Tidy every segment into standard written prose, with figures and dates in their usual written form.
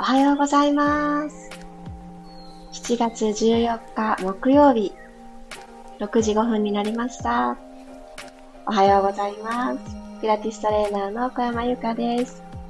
おはようございます。7月14日木曜日、6時5分になりました。おはようございます。ピラティストレーナーの小山由かです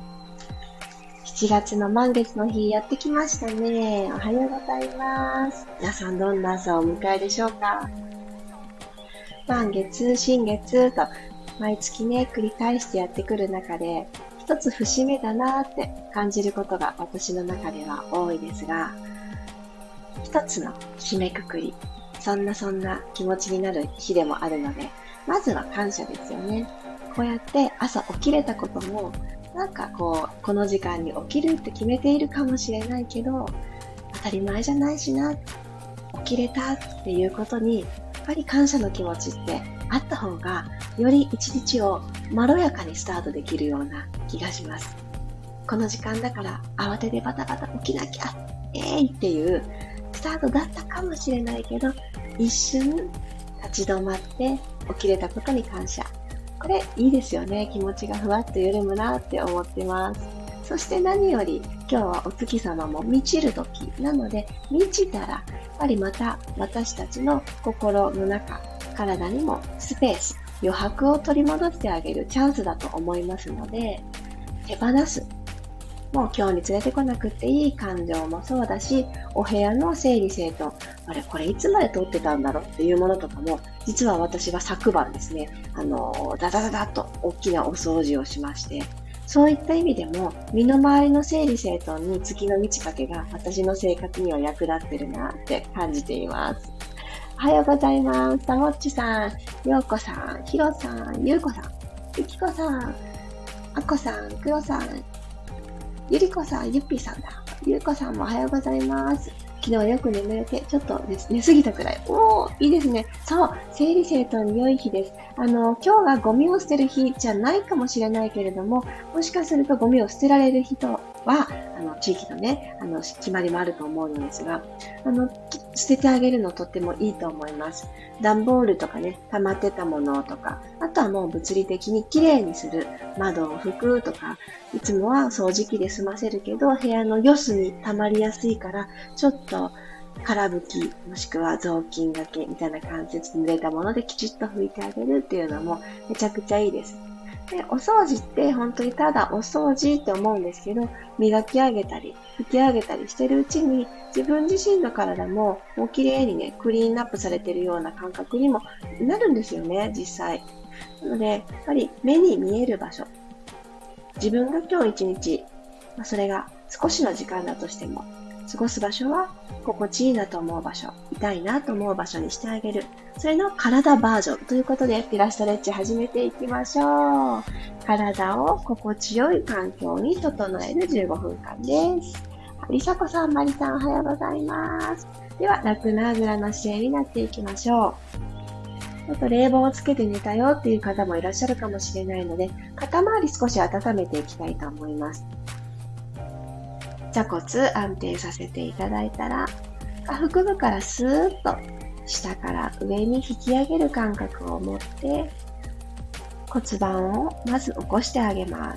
。7月の満月の日やってきましたね。おはようございます。皆さんどんな朝をお迎えでしょうか。満月、新月と毎月ね、繰り返してやってくる中で、一つ節目だなって感じることが私の中では多いですが、一つの締めくくり、そんな気持ちになる日でもあるので、まずは感謝ですよね。こうやって朝起きれたことも、この時間に起きるって決めているかもしれないけど、当たり前じゃないしな、起きれたっていうことに、やっぱり感謝の気持ちってあった方が、より一日をまろやかにスタートできるような気がします。この時間だから慌ててバタバタ起きなきゃ、っていうスタートだったかもしれないけど、一瞬立ち止まって起きれたことに感謝。これいいですよね。気持ちがふわっと緩むなって思ってます。そして何より今日はお月様も満ちる時なので、満ちたらやっぱりまた私たちの心の中、体にもスペース、余白を取り戻してあげるチャンスだと思いますので、手放す。もう今日に連れてこなくていい感情もそうだし、お部屋の整理整頓、これいつまで通ってたんだろうっていうものとかも、実は私は昨晩ですね、ダダダダッと大きなお掃除をしまして、そういった意味でも、身の回りの整理整頓に月の満ち欠けが私の生活には役立ってるなって感じています。おはようございます。たもっちさん、ようこさん、ひろさん、ゆうこさん、ゆきこさん、あこさん、くろさん、ゆりこさん、ゆっぴーさんだ。ゆうこさんもおはようございます。昨日よく眠れて、ちょっと寝すぎたくらい。いいですね。そう、整理整頓に良い日です。今日がゴミを捨てる日じゃないかもしれないけれども、もしかするとゴミを捨てられる人は、地域のね、決まりもあると思うのですが、捨ててあげるのとってもいいと思います。段ボールとかね、溜まってたものとか、あとはもう物理的に綺麗にする、窓を拭くとか、いつもは掃除機で済ませるけど、部屋の四隅溜まりやすいから、ちょっと空拭き、もしくは雑巾がけみたいな感じで濡れたものできちっと拭いてあげるっていうのもめちゃくちゃいいです。で、お掃除って本当にただお掃除って思うんですけど、磨き上げたり、拭き上げたりしてるうちに、自分自身の体ももう綺麗にね、クリーンアップされてるような感覚にもなるんですよね、実際。なので、やっぱり目に見える場所。自分が今日一日、それが少しの時間だとしても、過ごす場所は心地いいなと思う場所、痛いなと思う場所にしてあげる。それの体バージョンということでピラストレッチ始めていきましょう。体を心地よい環境に整える15分間です。りさこさん、まりさんおはようございます。では、楽なあぐらの姿勢になっていきましょう。ちょっと冷房をつけて寝たよっていう方もいらっしゃるかもしれないので、肩周り少し温めていきたいと思います。座骨安定させていただいたら、下腹部からスーッと下から上に引き上げる感覚を持って骨盤をまず起こしてあげます。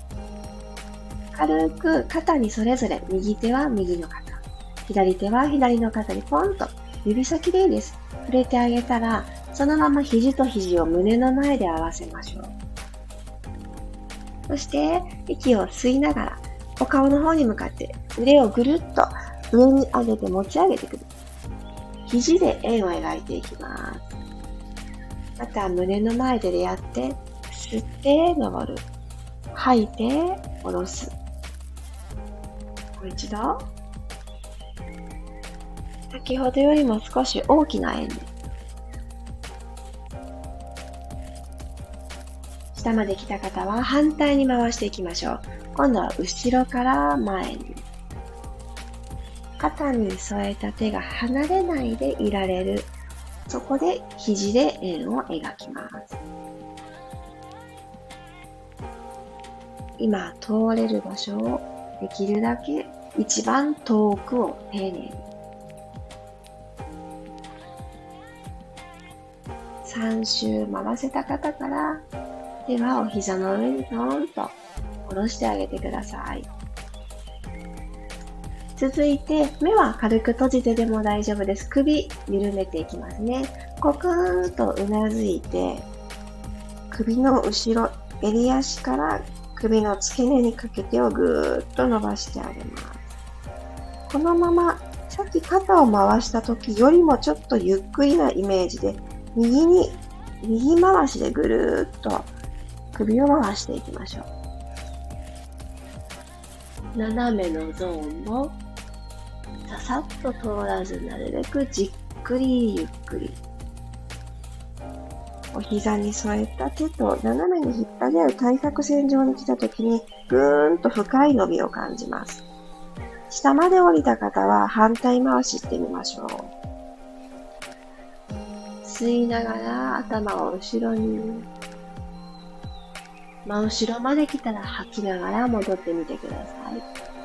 軽く肩にそれぞれ右手は右の肩、左手は左の肩にポンと指先でいいです。触れてあげたら、そのまま肘と肘を胸の前で合わせましょう。そして息を吸いながらお顔の方に向かって腕をぐるっと上に上げて持ち上げてくる。肘で円を描いていきます。また胸の前でやって、吸って登る。吐いて下ろす。もう一度。先ほどよりも少し大きな円で。下まで来た方は反対に回していきましょう。今度は後ろから前に。肩に添えた手が離れないでいられる。そこで肘で円を描きます。今通れる場所をできるだけ一番遠くを丁寧に。3周回せた方から手はお膝の上にトーンと下ろしてあげてください。 続いて、目は軽く閉じてでも大丈夫です。首、緩めていきますね。コクーンとうなずいて、首の後ろ、襟足から首の付け根にかけてをぐーっと伸ばしてあげます。このまま、さっき肩を回した時よりもちょっとゆっくりなイメージで、右回しでぐるーっと首を回していきましょう。斜めのゾーンをささっと通らず、なるべくじっくりゆっくり。お膝に添えた手と斜めに引っ張り合う対角線上に来た時にぐーんと深い伸びを感じます。下まで降りた方は反対回ししてみましょう。吸いながら頭を後ろに。真後ろまで来たら吐きながら戻ってみてください。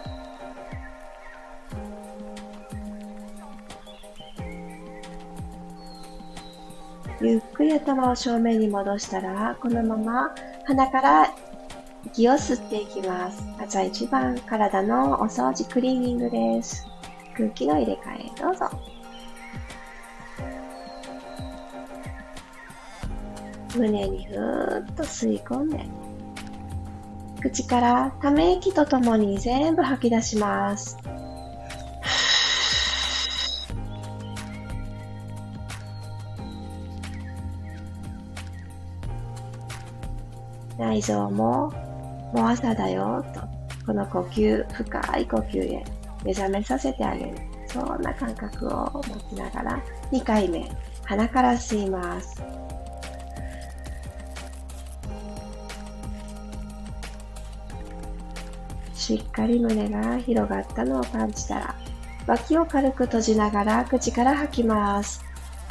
ゆっくり頭を正面に戻したら、このまま鼻から息を吸っていきます。朝一番、体のお掃除クリーニングです。空気の入れ替え、どうぞ。胸にふーっと吸い込んで、口からため息とともに全部吐き出します。内臓もう朝だよと、この呼吸、深い呼吸へ目覚めさせてあげる。そんな感覚を持ちながら、2回目、鼻から吸います。しっかり胸が広がったのを感じたら、脇を軽く閉じながら口から吐きます。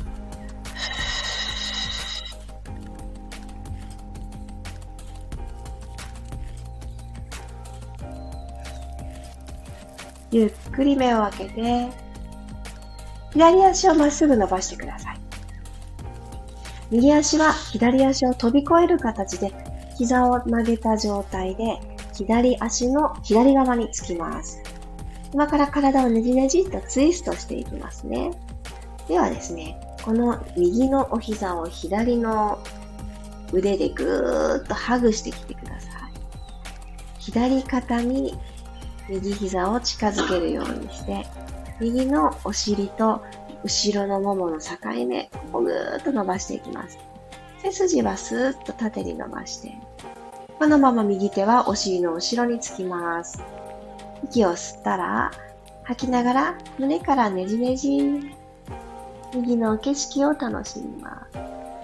ゆっくり目を開けて、左足をまっすぐ伸ばしてください。右足は左足を飛び越える形で、膝を曲げた状態で、左足の左側につきます。今から体をねじねじっとツイストしていきますね。ではですね、この右のお膝を左の腕でぐーっとハグしてきてください。左肩に右膝を近づけるようにして、右のお尻と後ろのももの境目をぐーっと伸ばしていきます。背筋はスーッと縦に伸ばして、このまま右手はお尻の後ろにつきます。息を吸ったら、吐きながら胸からねじねじ、右の景色を楽しみます。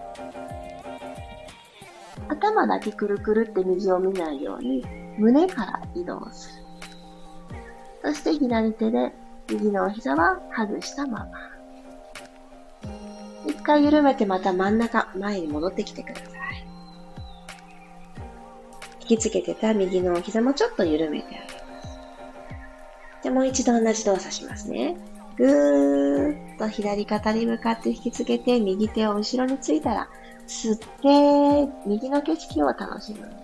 頭だけくるくるって右を見ないように、胸から移動する。そして左手で右のお膝はハグしたまま。一回緩めてまた真ん中、前に戻ってきてください。引きつけてた右のお膝もちょっと緩めてあげます。じゃあもう一度同じ動作しますね。ぐーっと左肩に向かって引きつけて、右手を後ろについたら、吸って、右の景色を楽しむ。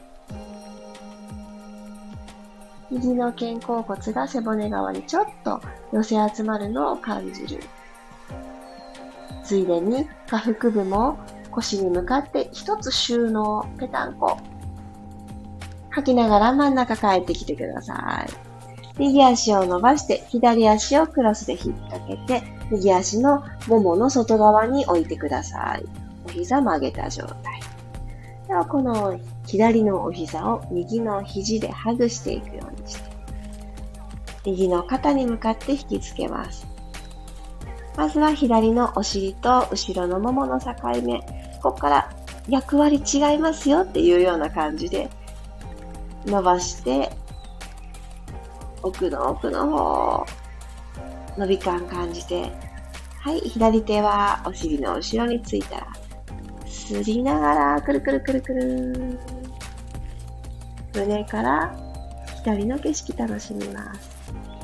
右の肩甲骨が背骨側にちょっと寄せ集まるのを感じる。ついでに下腹部も腰に向かって一つ収納、ぺたんこ。吐きながら真ん中帰ってきてください。右足を伸ばして左足をクロスで引っ掛けて、右足のももの外側に置いてください。お膝曲げた状態。ではこの左のお膝を右の肘でハグしていくようにして、右の肩に向かって引きつけます。まずは左のお尻と後ろのももの境目、ここから役割違いますよっていうような感じで伸ばして、奥の奥の方、伸び感感じて、はい、左手はお尻の後ろについたら、吸いながらくるくるくるくる、胸から左の景色楽しみます。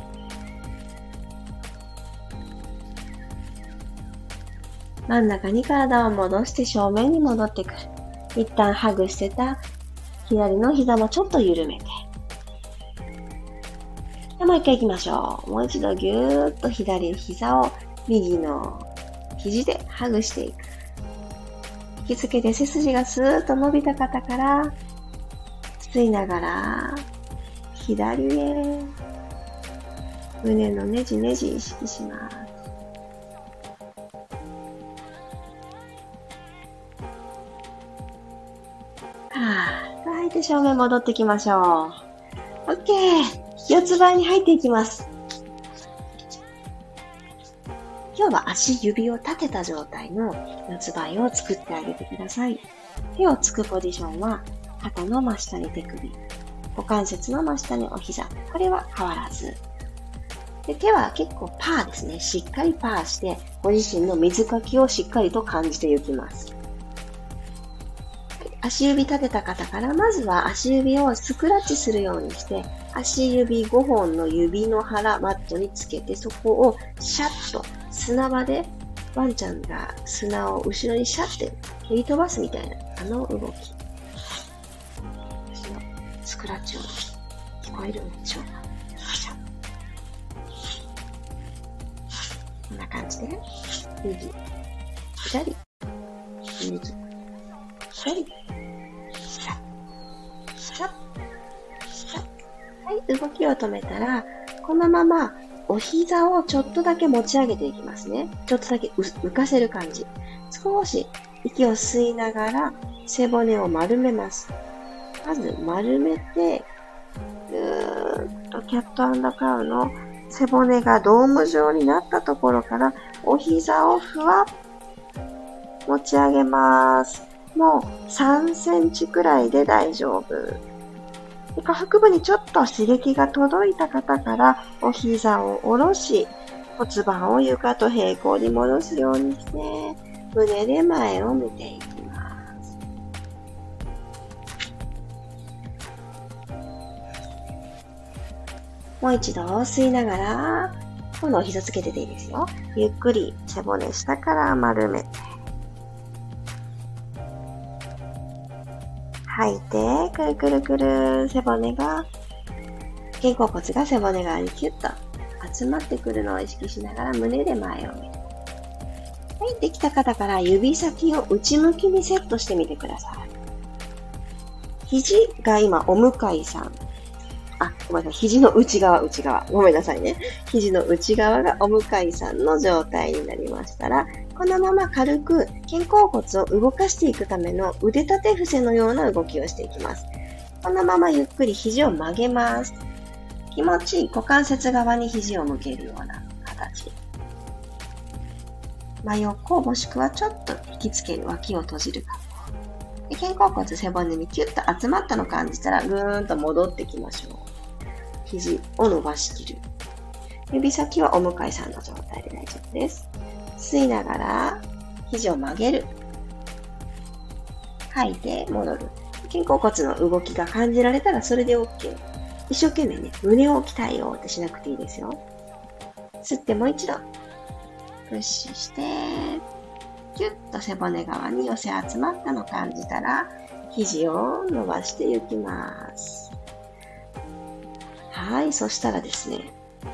真ん中に体を戻して正面に戻ってくる。一旦ハグしてた左の膝もちょっと緩めて。 でもう一回行きましょう。もう一度ぎゅーっと左膝を右の肘でハグしていく。引きつけて背筋がスーッと伸びた方から、吸いながら、左へ、胸のねじねじ意識します。吐いて正面戻ってきましょう。OK。四つ倍に入っていきます。今日は足指を立てた状態の四つ倍を作ってあげてください。手をつくポジションは肩の真下に手首、股関節の真下にお膝。これは変わらず。で、手は結構パーですね。しっかりパーして、ご自身の水かきをしっかりと感じていきます。足指立てた方から、まずは足指をスクラッチするようにして、足指5本の指の腹マットにつけて、そこをシャッと砂場でワンちゃんが砂を後ろにシャッて蹴り飛ばすみたいなあの動き。私のスクラッチ音聞こえるんでしょうか。こんな感じで、右、左、右、左、下、下、下。はい、動きを止めたら、このままお膝をちょっとだけ持ち上げていきますね。ちょっとだけ浮かせる感じ。少し息を吸いながら背骨を丸めます。まず丸めて、ぐーっとキャット&カウの背骨がドーム状になったところからお膝をふわっ持ち上げます。もう3センチくらいで大丈夫。下腹部にちょっと刺激が届いた方からお膝を下ろし、骨盤を床と平行に戻すようにして、胸で前を見ていきます。もう一度吸いながら、今度お膝つけてていいですよ。ゆっくり背骨下から丸めて。吐いて、くるくるくる、背骨が、肩甲骨が背骨側にキュッと集まってくるのを意識しながら胸で前を見る。はい、できた方から指先を内向きにセットしてみてください。肘が今お向かいさん。ごめんなさい。肘の内側。ごめんなさいね。肘の内側がお向かいさんの状態になりましたら、このまま軽く肩甲骨を動かしていくための腕立て伏せのような動きをしていきます。このままゆっくり肘を曲げます。気持ちいい股関節側に肘を向けるような形。真横もしくはちょっと引きつける、脇を閉じる格好。で肩甲骨背骨にキュッと集まったのを感じたらぐーんと戻ってきましょう。肘を伸ばしきる。指先はお向かいさんの状態で大丈夫です。吸いながら肘を曲げる。吐いて戻る。肩甲骨の動きが感じられたらそれで OK。一生懸命ね、胸を鍛えようってしなくていいですよ。吸ってもう一度。プッシュして、キュッと背骨側に寄せ集まったのを感じたら、肘を伸ばしていきます。はい、そしたらですね、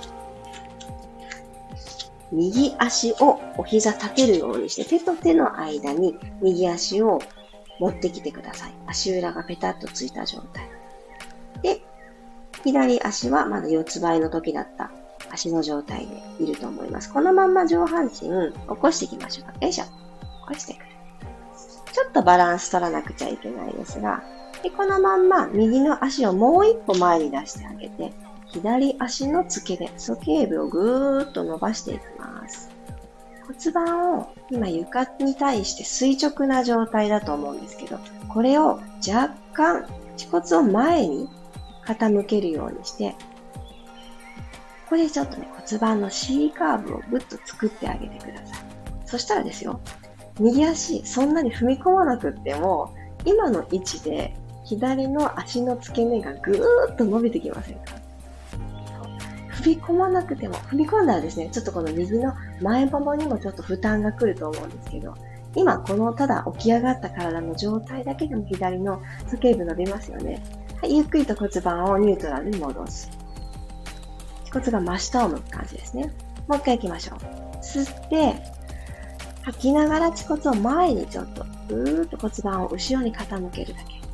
右足をお膝立てるようにして、手と手の間に右足を持ってきてください。足裏がペタッとついた状態。で、左足はまだ四つ倍の時だった足の状態でいると思います。このまんま上半身起こしていきましょう。よいしょ。起こしてくる。ちょっとバランス取らなくちゃいけないですが、でこのまんま右の足をもう一歩前に出してあげて、左足の付け根、鼠径部をぐーっと伸ばしていきます。骨盤を今床に対して垂直な状態だと思うんですけど、これを若干恥骨を前に傾けるようにして、ここでちょっとね骨盤の C カーブをぐっと作ってあげてください。そしたらですよ、右足そんなに踏み込まなくっても、今の位置で左の足の付け根がぐーっと伸びてきませんか？踏み込まなくても、踏み込んだらですね、ちょっとこの右の前ももにもちょっと負担が来ると思うんですけど、今このただ起き上がった体の状態だけでも左の鼠径部伸びますよね。はい、ゆっくりと骨盤をニュートラルに戻す。 腓骨が真下を向く感じですね。もう一回行きましょう。吸って、吐きながら恥骨を前にちょっと、ぐーっと骨盤を後ろに傾けるだけ。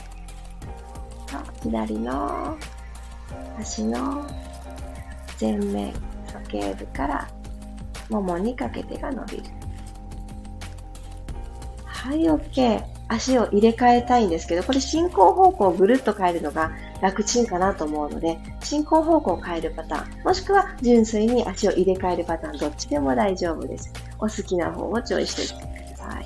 左の足の前面、鼠径部からももにかけてが伸びる。はい、OK。足を入れ替えたいんですけど、これ進行方向をぐるっと変えるのが楽ちんかなと思うので、進行方向を変えるパターン、もしくは純粋に足を入れ替えるパターン、どっちでも大丈夫です。お好きな方をチョイスしてみてください。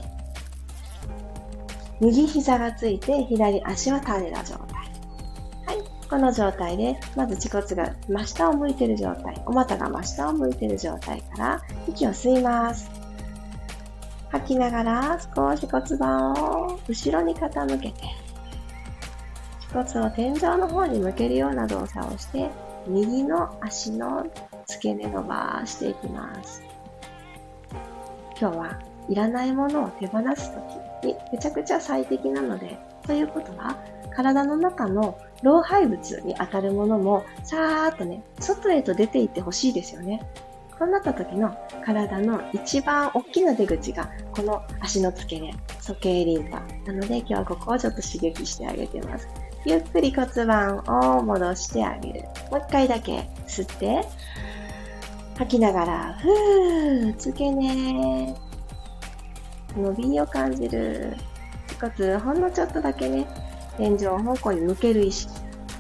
右膝がついて、左足は垂れた状態。はい、この状態で、まず恥骨が真下を向いている状態、お股が真下を向いている状態から息を吸います。吐きながら少し骨盤を後ろに傾けて、恥骨を天井の方に向けるような動作をして、右の足の付け根伸ばしていきます。今日はいらないものを手放すときにめちゃくちゃ最適なので、ということは体の中の老廃物に当たるものもさーっとね、外へと出ていってほしいですよね。そうなった時の体の一番大きな出口がこの足の付け根、鼠径リンパなので、今日はここをちょっと刺激してあげてます。ゆっくり骨盤を戻してあげる。もう一回だけ吸って吐きながらふー、付け根伸びを感じる。恥骨ほんのちょっとだけね、天井方向に向ける意識。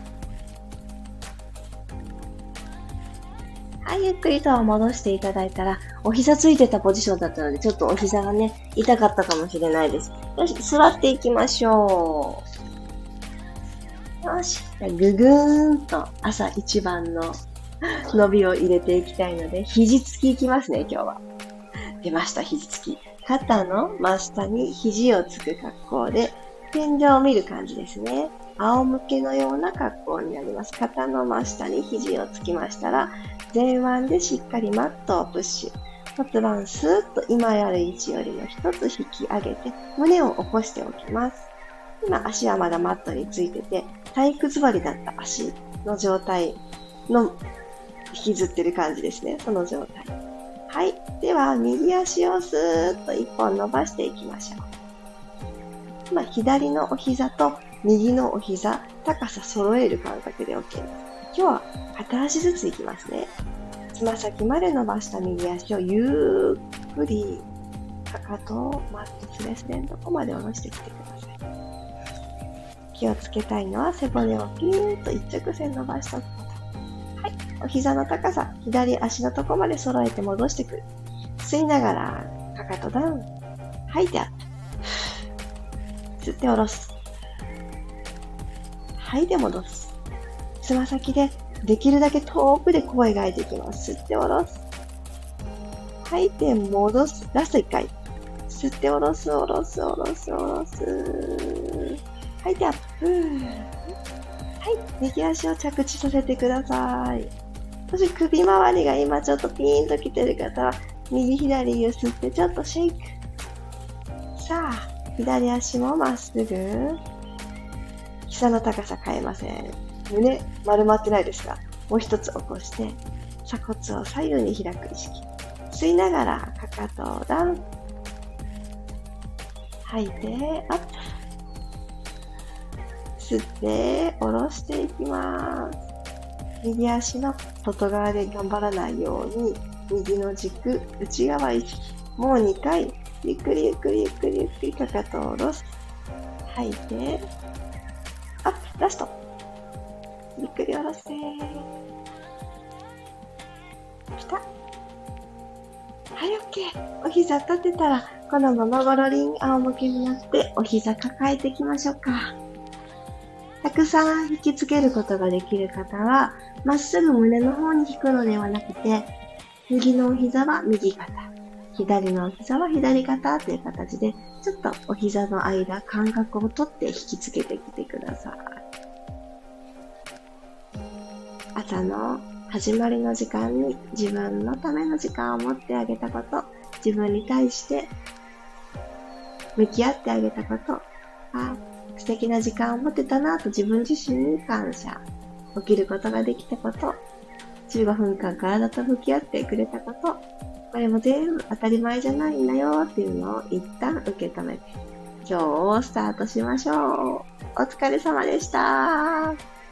はい、ゆっくりと戻していただいたら、お膝ついてたポジションだったので、ちょっとお膝がね、痛かったかもしれないです。よし、座っていきましょう。よし、ぐぐーんと朝一番の伸びを入れていきたいので、肘つきいきますね、今日は。出ました、肘つき。肩の真下に肘をつく格好で、天井を見る感じですね。仰向けのような格好になります。肩の真下に肘をつきましたら、前腕でしっかりマットをプッシュ。骨盤スーッと今やる位置よりも一つ引き上げて、胸を起こしておきます。今足はまだマットについてて、体育座りだった足の状態の引きずってる感じですね。その状態。はい。では、右足をスーッと一本伸ばしていきましょう。今、左のお膝と右のお膝、高さ揃える感覚で OK です。今日は片足ずついきますね。つま先まで伸ばした右足をゆっくり、かかとをマットスレスレのとこまで下ろしてきてください。気をつけたいのは背骨をピーンと一直線伸ばしておくこと。はい。お膝の高さ、左足のとこまで揃えて戻してくる。吸いながら、かかとダウン。吐いてアップ。吸って下ろす。吐いて戻す。つま先でできるだけ遠くで声が描いていきます。吸って下ろす。吐いて戻す。ラスト1回。吸って下ろす、下ろす、下ろす、下ろす。吐いてアップ。はい。右足を着地させてください。そして首周りが今ちょっとピーンと来てる方は、右左揺すってちょっとシェイク。さあ、左足もまっすぐ。膝の高さ変えません。胸丸まってないですか？もう一つ起こして、鎖骨を左右に開く意識。吸いながらかかとをダウン。吐いてアップ。吸って下ろしていきます。右足の外側で頑張らないように、右の軸、内側意識。もう2回、ゆっくりゆっくりゆっくりゆっくりかかとを下ろす。吐いて、アップ、ラスト。ゆっくり下ろせ。来た。はい、OK。お膝立てたら、このままゴロリン仰向けになって、お膝抱えていきましょうか。たくさん引きつけることができる方は、まっすぐ胸の方に引くのではなくて、右のお膝は右肩、左のお膝は左肩という形で、ちょっとお膝の間、間隔をとって引きつけてきてください。朝の始まりの時間に自分のための時間を持ってあげたこと、自分に対して向き合ってあげたこと、素敵な時間を持ってたなと自分自身に感謝。起きることができたこと、 15分間体と向き合ってくれたこと、これも全部当たり前じゃないんだよっていうのを一旦受け止めて、今日をスタートしましょう。お疲れ様でした。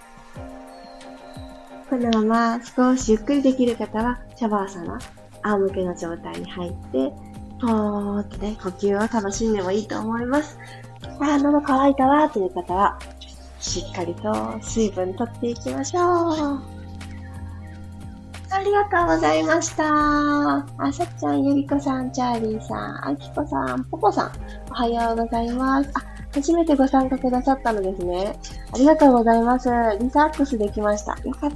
このまま少しゆっくりできる方は、シャバーサナ、仰向けの状態に入って、ポーってね、呼吸を楽しんでもいいと思います。喉乾いたわという方は、しっかりと水分取っていきましょう。ありがとうございました。さっちゃん、ゆりこさん、チャーリーさん、あきこさん、ポポさん、おはようございます。初めてご参加くださったのですね。ありがとうございます。リラックスできました。よかった。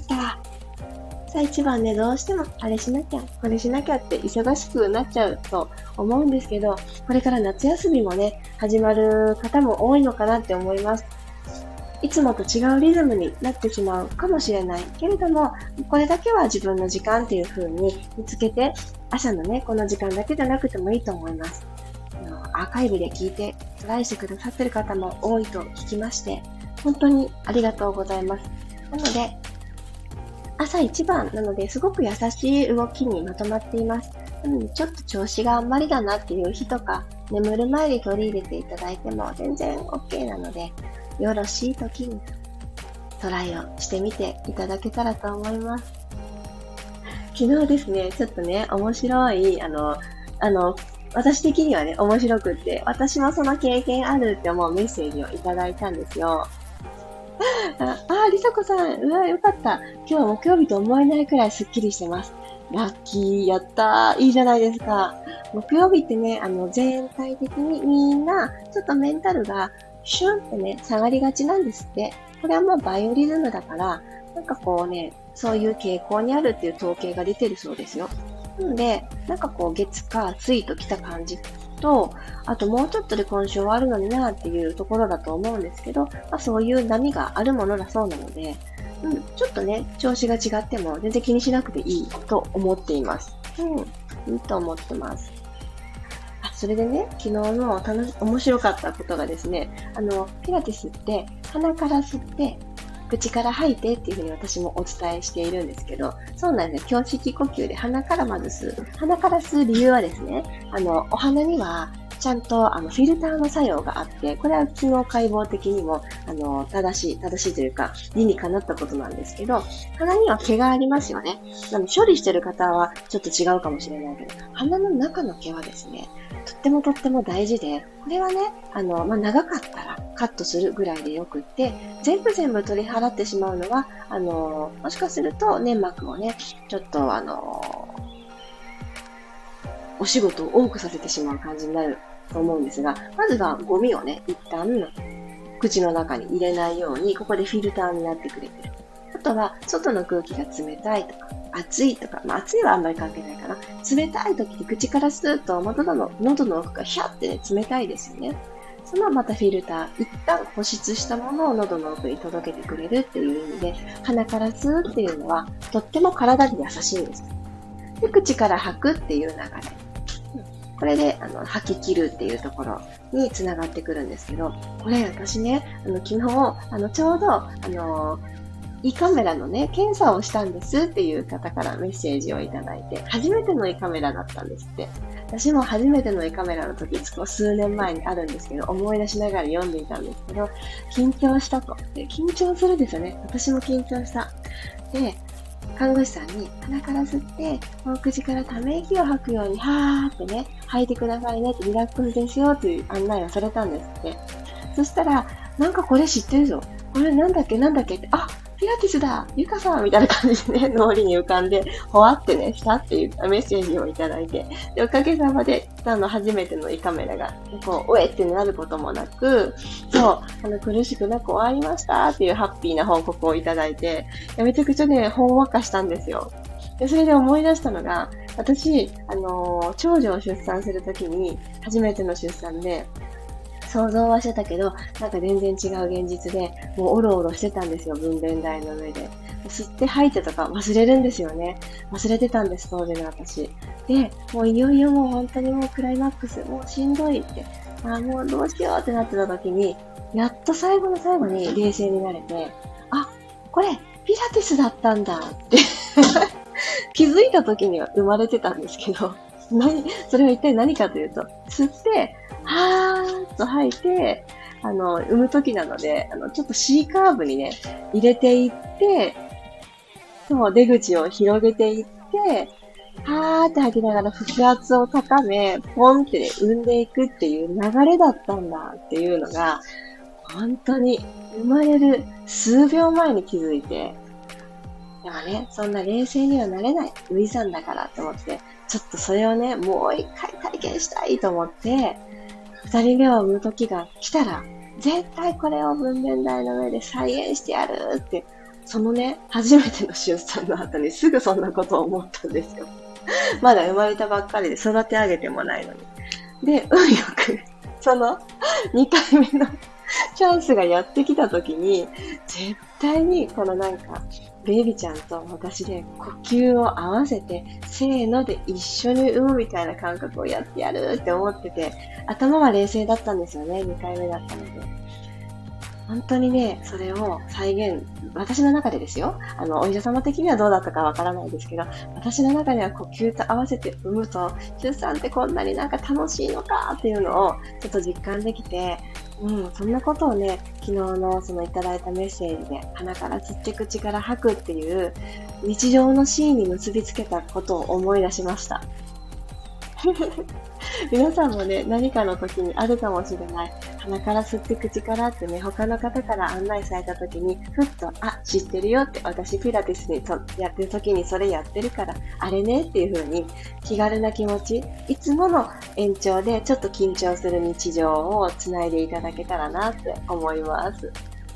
さあ一番ね、どうしてもあれしなきゃ、これしなきゃって忙しくなっちゃうと思うんですけど、これから夏休みもね、始まる方も多いのかなって思います。いつもと違うリズムになってしまうかもしれないけれども、これだけは自分の時間っていう風に見つけて、朝のね、この時間だけじゃなくてもいいと思います。アーカイブで聞いてトライしてくださってる方も多いと聞きまして、本当にありがとうございます。なので、朝一番なのですごく優しい動きにまとまっています。なのでちょっと調子があんまりだなっていう日とか、眠る前に取り入れていただいても全然 OK なので、よろしい時にトライをしてみていただけたらと思います。昨日ですね、ちょっとね、面白い、私的にはね、面白くって、私もその経験あるって思うメッセージをいただいたんですよ。りさこさん、うわ、よかった。今日は木曜日と思えないくらいスッキリしてます。ラッキー、やったー、いいじゃないですか。木曜日ってね、全体的にみんな、ちょっとメンタルが、シュンってね、下がりがちなんですって。これはもうバイオリズムだから、なんかこうね、そういう傾向にあるっていう統計が出てるそうですよ。なので、なんかこう、月火水と来た感じと、あともうちょっとで今週終わるのになっていうところだと思うんですけど、そういう波があるものだそうなので、ちょっとね、調子が違っても全然気にしなくていいと思っています。いいと思ってます。それでね、昨日の面白かったことがですね、ピラティスって鼻から吸って、口から吐いてっていうふうに私もお伝えしているんですけど、そうなんですよ。胸式呼吸で鼻からまず吸う。鼻から吸う理由はですね、お鼻にはちゃんとフィルターの作用があって、これは機能解剖的にも正しいというか理にかなったことなんですけど、鼻には毛がありますよね。処理してる方はちょっと違うかもしれないけど、鼻の中の毛はですね、とっても大事で、これはね、長かったらカットするぐらいでよくって、全部取り払ってしまうのは、もしかすると粘膜をね、ちょっとお仕事を多くさせてしまう感じになると思うんですが、まずはゴミをね、一旦口の中に入れないように、ここでフィルターになってくれてる。あとは、外の空気が冷たいとか、暑いとか、暑いはあんまり関係ないかな。冷たい時に口から吸うと、喉の奥がヒャってね、冷たいですよね。そのまたフィルター、一旦保湿したものを喉の奥に届けてくれるっていう意味で、鼻から吸うっていうのは、とっても体に優しいんです。で、口から吐くっていう流れ。これで、吐き切るっていうところにつながってくるんですけど、これ私ね、昨日、ちょうど、胃カメラのね、検査をしたんですっていう方からメッセージをいただいて、初めての胃カメラだったんですって。私も初めての胃カメラの時、数年前にあるんですけど、思い出しながら読んでいたんですけど、緊張したと。で、緊張するですよね。私も緊張した。で、看護師さんに鼻から吸って、大口からため息を吐くように、はーってね、吐いてくださいねってリラックスですよという案内をされたんですって。そしたら、なんかこれ知ってるぞ。これなんだっけって、ピラティスだゆかさんみたいな感じでね、脳裏に浮かんで、ほわってね、したっていうメッセージをいただいて、でおかげさまで、初めての胃カメラが、おえってなることもなく、苦しくなく終わりましたっていうハッピーな報告をいただいて、めちゃくちゃね、ほんわかしたんですよ。で、それで思い出したのが、私、長女を出産するときに、初めての出産で、想像はしてたけど、なんか全然違う現実で、もうおろおろしてたんですよ、分娩台の上で。吸って吐いてとか忘れるんですよね。忘れてたんです、当時の私。で、もういよいよもう本当にもうクライマックス、もうしんどいって、もうどうしようってなってた時に、やっと最後の最後に冷静になれて、これ、ピラティスだったんだって気づいた時には生まれてたんですけど、それは一体何かというと、吸って、はーっと吐いて、産む時なので、ちょっと C カーブにね、入れていって、そう、出口を広げていって、はーって吐きながら腹圧を高め、ポンって産んでいくっていう流れだったんだっていうのが、本当に生まれる数秒前に気づいて、でもね、そんな冷静にはなれない。ウィザンだからと思って、ちょっとそれをね、もう一回体験したいと思って、二人目を産む時が来たら、絶対これを分娩台の上で再現してやるって、そのね、初めての出産の後にすぐそんなことを思ったんですよ。まだ生まれたばっかりで育て上げてもないのに。で、運よく、その2回目のチャンスがやってきた時に、絶対にこのなんか、ベイビーちゃんと私で呼吸を合わせて、せーので一緒に産むみたいな感覚をやってやるって思ってて、頭は冷静だったんですよね、2回目だったので。本当にね、それを再現、私の中でですよ。お医者様的にはどうだったかわからないですけど、私の中では呼吸と合わせて産むと、出産ってこんなになんか楽しいのかっていうのをちょっと実感できて、そんなことをね、昨日のそのいただいたメッセージで、鼻から吸って口から吐くっていう日常のシーンに結びつけたことを思い出しました。皆さんもね、何かの時にあるかもしれない。鼻から吸って口からってね、他の方から案内された時に、ふっと、あ、知ってるよって、私ピラティスにやってる時にそれやってるから、あれねっていう風に気軽な気持ち、いつもの延長でちょっと緊張する日常をつないでいただけたらなって思います。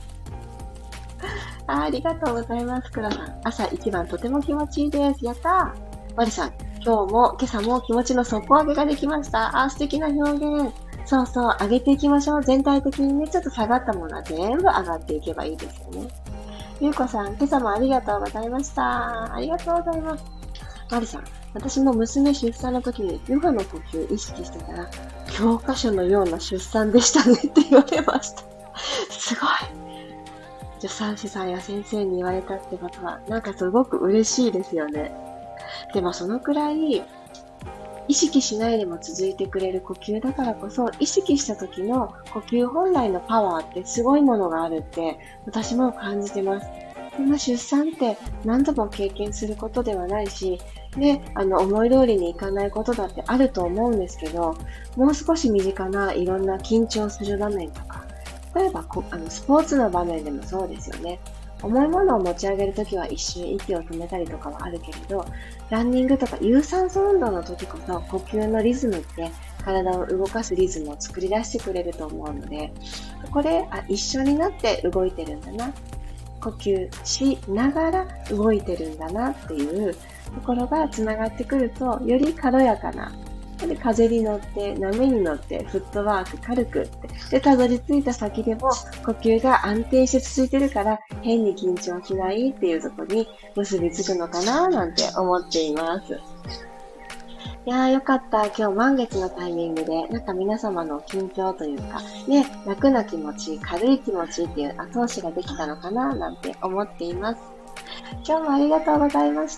ありがとうございます、クラさん。朝一番とても気持ちいいです。やったー。マリさん、今朝も気持ちの底上げができました。素敵な表現。そうそう、上げていきましょう。全体的にね、ちょっと下がったものは全部上がっていけばいいですよね。ゆうこさん、今朝もありがとうございました。ありがとうございます。マリさん、私も娘出産の時にヨガの呼吸意識してたら、教科書のような出産でしたねって言われました。すごい。助産師さんや先生に言われたってことは、なんかすごく嬉しいですよね。でもそのくらい、意識しないでも続いてくれる呼吸だからこそ、意識した時の呼吸本来のパワーってすごいものがあるって私も感じてます。出産って何度も経験することではないし、ね、思い通りにいかないことだってあると思うんですけど、もう少し身近ないろんな緊張する場面とか、例えばスポーツの場面でもそうですよね。重いものを持ち上げるときは一瞬息を止めたりとかはあるけれど、ランニングとか有酸素運動の時こそ呼吸のリズムって体を動かすリズムを作り出してくれると思うので、そこで一緒になって動いてるんだな、呼吸しながら動いてるんだなっていうところがつながってくると、より軽やかな、で風に乗って波に乗ってフットワーク軽くってでたどり着いた先でも呼吸が安定して続いてるから変に緊張しないっていうところに結びつくのかななんて思っています。いやーよかった。今日満月のタイミングでなんか皆様の緊張というかね、楽な気持ち、軽い気持ちっていう後押しができたのかななんて思っています。今日もありがとうございました。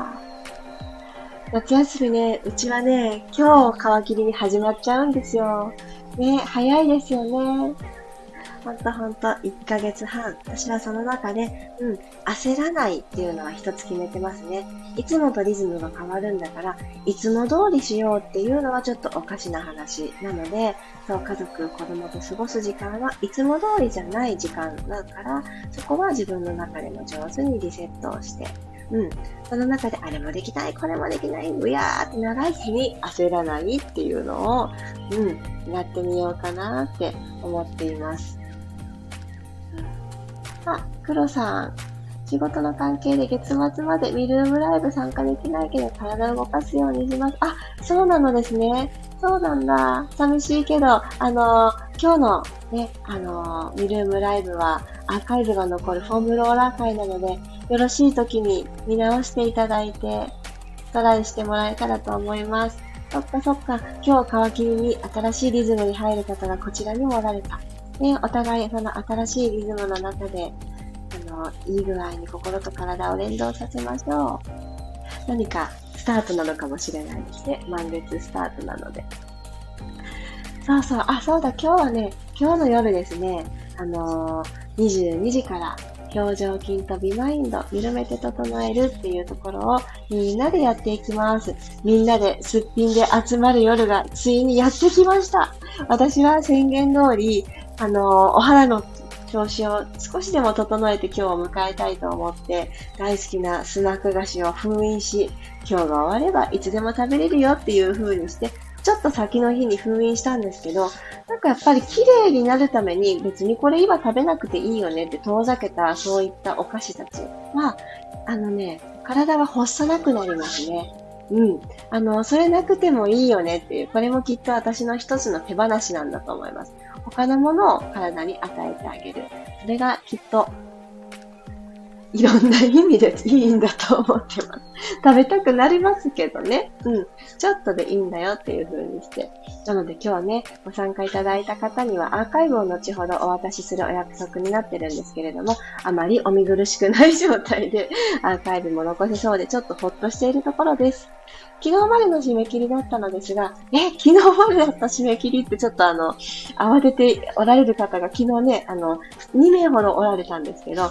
夏休みね、うちはね、今日皮切りに始まっちゃうんですよ。ね、早いですよね。ほんと1ヶ月半。私はその中で、焦らないっていうのは一つ決めてますね。いつもとリズムが変わるんだから、いつも通りしようっていうのはちょっとおかしな話なので、そう、家族、子供と過ごす時間はいつも通りじゃない時間だから、そこは自分の中でも上手にリセットをして、その中であれもできない、これもできない、うやーってならずに焦らないっていうのを、やってみようかなって思っています。黒さん。仕事の関係で月末までミルームライブ参加できないけど体を動かすようにします。そうなのですね。そうなんだ。寂しいけど、今日のね、ミルームライブはアーカイブが残るフォームローラー会なので、よろしい時に見直していただいて、トライしてもらえたらと思います。そっか。今日皮切りに新しいリズムに入る方がこちらにもおられた。ね、お互いその新しいリズムの中で、 いい具合に心と体を連動させましょう。何かスタートなのかもしれないですね。満月スタートなので。そうそう。そうだ、今日はね、今日の夜ですね、22時から表情筋とビマインド、緩めて整えるっていうところをみんなでやっていきます。みんなですっぴんで集まる夜がついにやってきました。私は宣言通り、お肌の調子を少しでも整えて今日を迎えたいと思って、大好きなスナック菓子を封印し、今日が終わればいつでも食べれるよっていう風にして、ちょっと先の日に封印したんですけど、なんかやっぱり綺麗になるために別にこれ今食べなくていいよねって遠ざけたそういったお菓子たちは、体が欲さなくなりますね。それなくてもいいよねっていう、これもきっと私の一つの手放しなんだと思います。他のものを体に与えてあげる。それがきっといろんな意味でいいんだと思ってます。食べたくなりますけどね。ちょっとでいいんだよっていう風にして。なので今日ね、ご参加いただいた方にはアーカイブを後ほどお渡しするお約束になってるんですけれども、あまりお見苦しくない状態でアーカイブも残せそうでちょっとほっとしているところです。昨日までの締め切りだったのですが、昨日までだった締め切りってちょっと慌てておられる方が昨日ね、2名ほどおられたんですけど、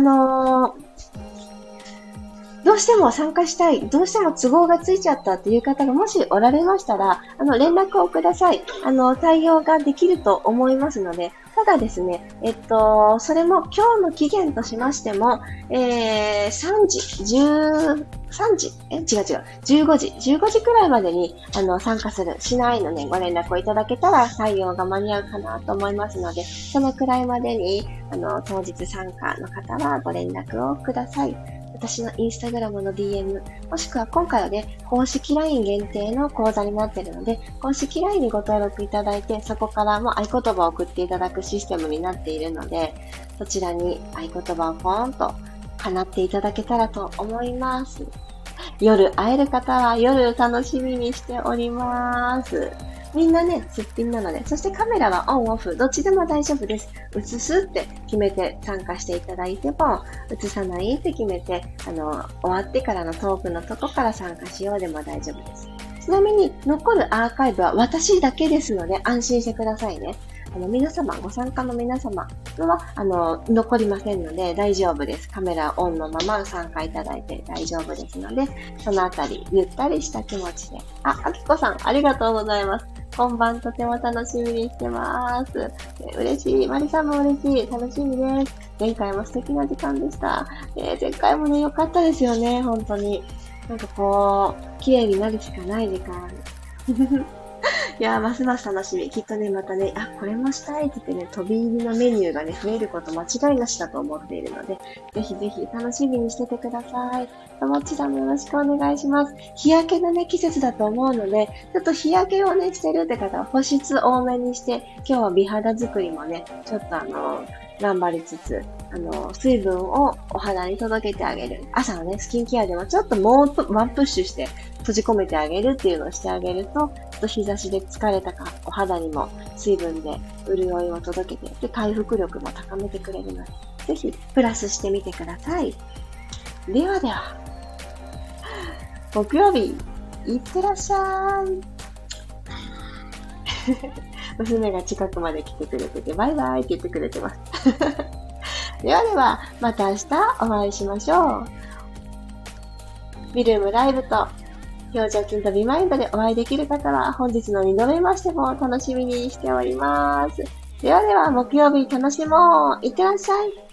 どうしても参加したい、どうしても都合がついちゃったっていう方がもしおられましたら、連絡をください。対応ができると思いますので、ただですね、それも今日の期限としましても、15時くらいまでに、参加しないので、ご連絡をいただけたら採用が間に合うかなと思いますので、そのくらいまでに、当日参加の方はご連絡をください。私のインスタグラムの DM、もしくは今回はね、公式 LINE 限定の講座になっているので、公式 LINE にご登録いただいて、そこからも合言葉を送っていただくシステムになっているので、そちらに合言葉をポーンと放っていただけたらと思います。夜会える方は夜楽しみにしております。みんなね、すっぴんなので、そしてカメラはオンオフ、どっちでも大丈夫です。映すって決めて参加していただいても、映さないって決めて、終わってからのトークのとこから参加しようでも大丈夫です。ちなみに、残るアーカイブは私だけですので、安心してくださいね。皆様、ご参加の皆様は、残りませんので大丈夫です。カメラオンのまま参加いただいて大丈夫ですので、そのあたり、ゆったりした気持ちで。あきこさん、ありがとうございます。今晩とても楽しみにしてます。嬉しい。マリさんも嬉しい。楽しみです。前回も素敵な時間でした。前回もね、良かったですよね、本当に。なんかこう、綺麗になるしかない時間。いやー、ますます楽しみ。きっとね、またね、これもしたいって言ってね、飛び入りのメニューがね、増えること間違いなしだと思っているので、ぜひぜひ楽しみにしててください。ともちさんもよろしくお願いします。日焼けのね、季節だと思うので、ちょっと日焼けをね、してるって方は保湿多めにして、今日は美肌作りもね、ちょっと頑張りつつ、水分をお肌に届けてあげる。朝のね、スキンケアでもちょっともうワンプッシュして閉じ込めてあげるっていうのをしてあげると、ちょっと日差しで疲れたお肌にも水分で潤いを届けて、で、回復力も高めてくれるので、ぜひプラスしてみてください。ではでは、木曜日、いってらっしゃい。娘が近くまで来てくれてて、バイバイって言ってくれてます。ではでは、また明日お会いしましょう。ビルームライブと表情筋とビマインドでお会いできる方は本日の2度目ましても楽しみにしております。ではでは、木曜日楽しもう。いってらっしゃい。